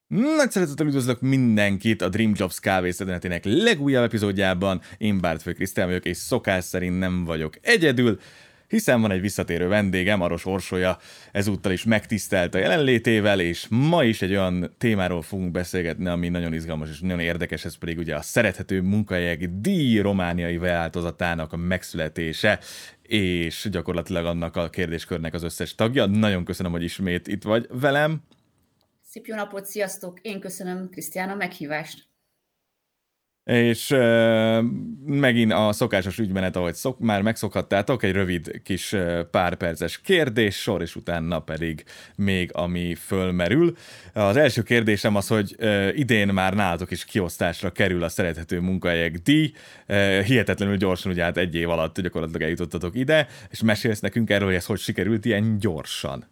Nagy szeretettel üdvözlök mindenkit a Dream Jobs kávészedlenetének legújabb epizódjában. Én Bártfő Krisztián vagyok, és szokás szerint nem vagyok egyedül, hiszen van egy visszatérő vendégem, Aros Orsolya, ezúttal is megtisztelt a jelenlétével, és ma is egy olyan témáról fogunk beszélgetni, ami nagyon izgalmas és nagyon érdekes, ez pedig ugye a Szerethető Munkahelyek díj romániai változatának a megszületése, és gyakorlatilag annak a kérdéskörnek az összes tagja. Nagyon köszönöm, hogy ismét itt vagy velem. Szép jó napot, sziasztok! Én köszönöm, Krisztián, a meghívást. És megint a szokásos ügymenet, ahogy már megszokhattátok, egy rövid kis pár perces kérdéssor, és utána pedig még ami fölmerül. Az első kérdésem az, hogy idén már nálatok is kiosztásra kerül a Szerethető Munkahelyek díj. Hihetetlenül gyorsan, ugye hát egy év alatt gyakorlatilag eljutottatok ide, és mesélsz nekünk erről, hogy ez hogy sikerült ilyen gyorsan?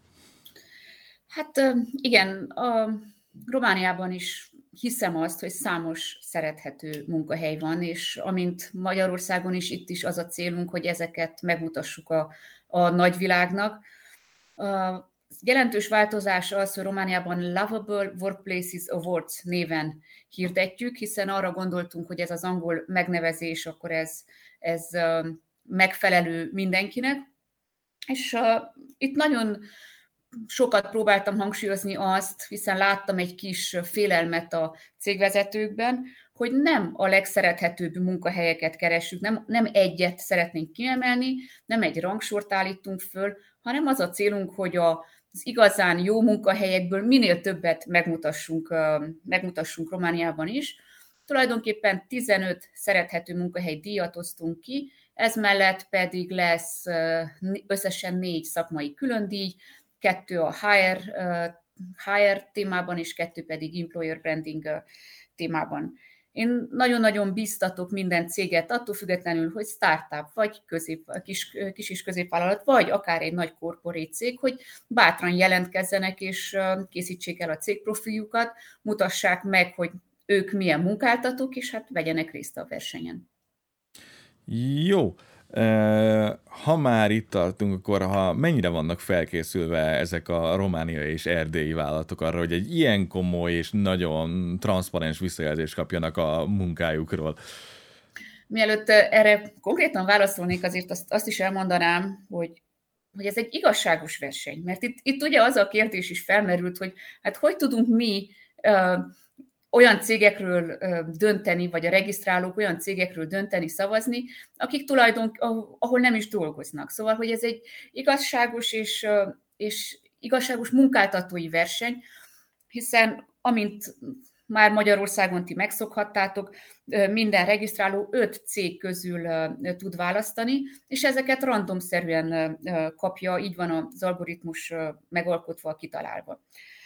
Hát igen, a Romániában is hiszem azt, hogy számos szerethető munkahely van, és amint Magyarországon is, itt is az a célunk, hogy ezeket megmutassuk a nagyvilágnak. A jelentős változás az, hogy Romániában Lovable Workplaces Awards néven hirdetjük, hiszen arra gondoltunk, hogy ez az angol megnevezés, akkor ez megfelelő mindenkinek. És itt nagyon sokat próbáltam hangsúlyozni azt, hiszen láttam egy kis félelmet a cégvezetőkben, hogy nem a legszerethetőbb munkahelyeket keressük, nem egyet szeretnénk kiemelni, nem egy rangsort állítunk föl, hanem az a célunk, hogy az igazán jó munkahelyekből minél többet megmutassunk Romániában is. Tulajdonképpen 15 szerethető munkahely díjat osztunk ki, ez mellett pedig lesz összesen 4 szakmai különdíj, 2 a HR témában, és 2 pedig employer branding témában. Én nagyon-nagyon biztatok minden céget, attól függetlenül, hogy startup, vagy kis és középvállalat, vagy akár egy nagy korporét cég, hogy bátran jelentkezzenek, és készítsék el a cégprofiljukat, mutassák meg, hogy ők milyen munkáltatók, és hát vegyenek részt a versenyen. Jó. Ha már itt tartunk, akkor mennyire vannak felkészülve ezek a romániai és erdélyi vállalatok arra, hogy egy ilyen komoly és nagyon transzparens visszajelzést kapjanak a munkájukról? Mielőtt erre konkrétan válaszolnék, azért azt is elmondanám, hogy ez egy igazságos verseny. Mert itt ugye az a kérdés is felmerült, hogy hát hogy tudunk mi olyan cégekről dönteni, vagy a regisztrálók olyan cégekről dönteni, szavazni, akik ahol nem is dolgoznak. Szóval, hogy ez egy igazságos és igazságos munkáltatói verseny, hiszen amint már Magyarországon ti megszokhattátok, minden regisztráló 5 cég közül tud választani, és ezeket randomszerűen kapja, így van az algoritmus megalkotva, kitalálva.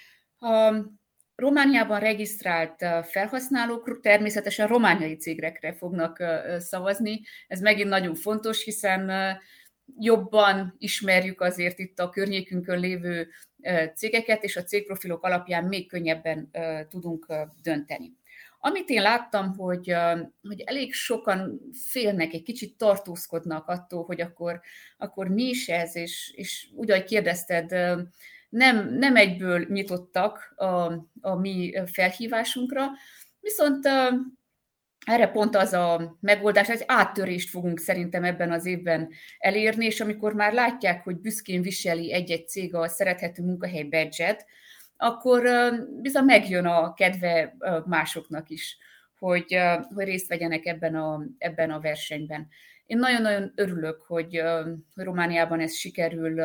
Romániában regisztrált felhasználók természetesen romániai cégekre fognak szavazni. Ez megint nagyon fontos, hiszen jobban ismerjük azért itt a környékünkön lévő cégeket, és a cégprofilok alapján még könnyebben tudunk dönteni. Amit én láttam, hogy elég sokan félnek, egy kicsit tartózkodnak attól, hogy akkor mi is ez, és úgy, ahogy kérdezted, nem egyből nyitottak a mi felhívásunkra, viszont erre pont az a megoldás, egy áttörést fogunk szerintem ebben az évben elérni, és amikor már látják, hogy büszkén viseli egy-egy cég a Szerethető Munkahely badge-et, akkor bizony megjön a kedve másoknak is, hogy részt vegyenek ebben a versenyben. Én nagyon-nagyon örülök, hogy Romániában ez sikerül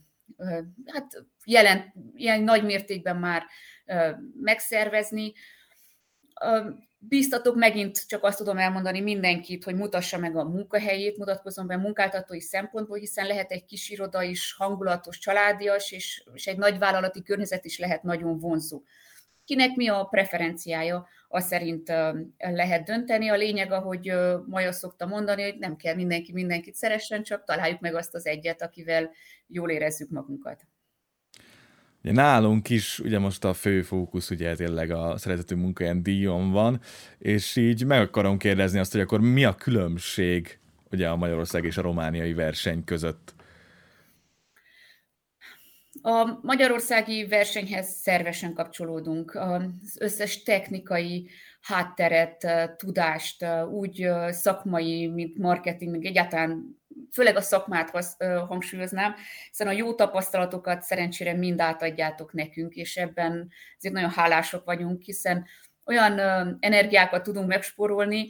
hát ilyen nagy mértékben már megszervezni. Bíztatok, megint csak azt tudom elmondani mindenkit, hogy mutassa meg a munkahelyét, mutatkozzon be munkáltatói szempontból, hiszen lehet egy kis iroda is hangulatos, családias, és egy nagyvállalati környezet is lehet nagyon vonzó. Kinek mi a preferenciája, az szerint lehet dönteni. A lényeg, ahogy Maja szokta mondani, hogy nem kell mindenki mindenkit szeressen, csak találjuk meg azt az egyet, akivel jól érezzük magunkat. Ugye nálunk is ugye most a fő fókusz ugye tényleg a Szerethető Munkahelyen díjon van, és így meg akarom kérdezni azt, hogy akkor mi a különbség ugye a Magyarország és a romániai verseny között? A magyarországi versenyhez szervesen kapcsolódunk. Az összes technikai hátteret, tudást, úgy szakmai, mint marketing, meg egyáltalán főleg a szakmát hangsúlyoznám, hiszen a jó tapasztalatokat szerencsére mind átadjátok nekünk, és ebben azért nagyon hálások vagyunk, hiszen olyan energiákat tudunk megspórolni,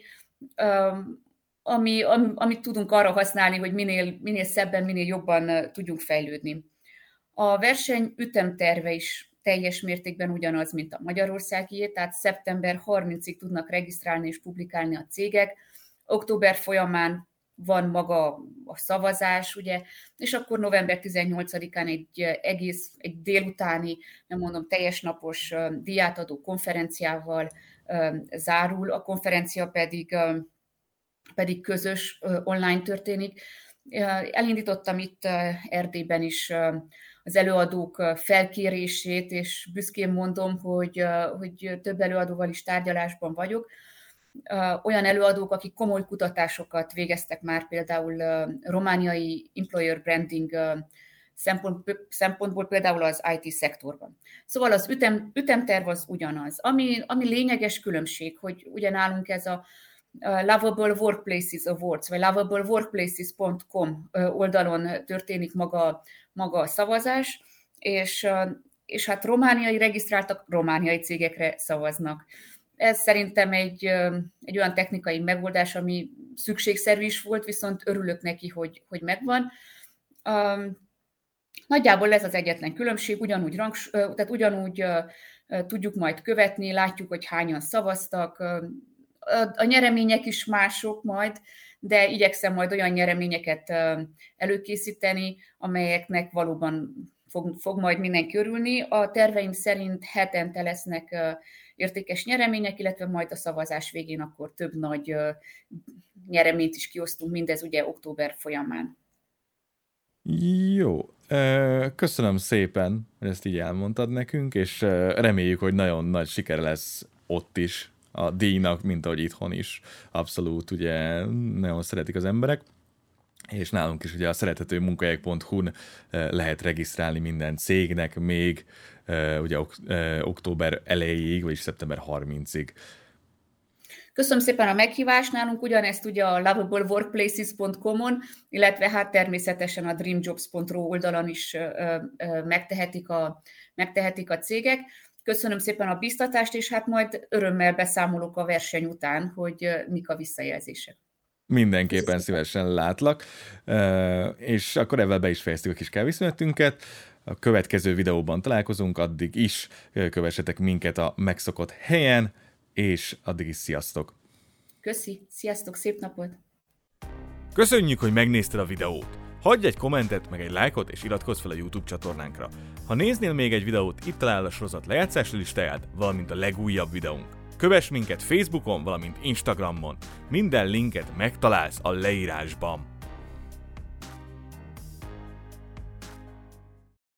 amit tudunk arra használni, hogy minél szebben, minél jobban tudjunk fejlődni. A verseny ütemterve is teljes mértékben ugyanaz, mint a magyarországié, tehát szeptember 30-ig tudnak regisztrálni és publikálni a cégek, október folyamán van maga a szavazás, ugye, és akkor november 18-án egy délutáni, nem mondom teljes napos díjátadó konferenciával zárul, a konferencia pedig közös online történik. Elindítottam itt Erdélyben is az előadók felkérését, és büszkén mondom, hogy több előadóval is tárgyalásban vagyok. Olyan előadók, akik komoly kutatásokat végeztek már például romániai employer branding szempontból, például az IT szektorban. Szóval az ütemterv az ugyanaz. Ami lényeges különbség, hogy ugye nálunk ez a Lovable Workplaces Awards, vagy lovableworkplaces.com oldalon történik maga a szavazás, és hát romániai regisztráltak romániai cégekre szavaznak. Ez szerintem egy olyan technikai megoldás, ami szükségszerű is volt, viszont örülök neki, hogy megvan. Nagyjából ez az egyetlen különbség, ugyanúgy tudjuk majd követni, látjuk, hogy hányan szavaztak. A nyeremények is mások majd, de igyekszem majd olyan nyereményeket előkészíteni, amelyeknek valóban fog majd mindenki örülni. A terveim szerint hetente lesznek értékes nyeremények, illetve majd a szavazás végén akkor több nagy nyereményt is kiosztunk, mindez ugye október folyamán. Jó, köszönöm szépen, hogy ezt így elmondtad nekünk, és reméljük, hogy nagyon nagy siker lesz ott is a díjnak, mint ahogy itthon is. Abszolút, ugye nagyon szeretik az emberek, és nálunk is ugye a szerethetőmunkahelyek.hu-n lehet regisztrálni minden cégnek még ugye október elejéig, vagyis szeptember 30-ig. Köszönöm szépen a meghívást, nálunk ugyanezt ugye a lovableworkplaces.com-on, illetve hát természetesen a dreamjobs.ro oldalon is megtehetik a cégek. Köszönöm szépen a biztatást, és hát majd örömmel beszámolok a verseny után, hogy mik a visszajelzések. Mindenképpen szívesen látlak, és akkor ezzel be is fejeztük a kis kávészünetünket. A következő videóban találkozunk, addig is kövessetek minket a megszokott helyen, és addig is sziasztok! Köszi, sziasztok, szép napot! Köszönjük, hogy megnézted a videót! Hagyj egy kommentet, meg egy lájkot, és iratkozz fel a YouTube csatornánkra. Ha néznél még egy videót, itt találod a sorozat lejátszási listáját, valamint a legújabb videónk. Kövess minket Facebookon, valamint Instagramon. Minden linket megtalálsz a leírásban.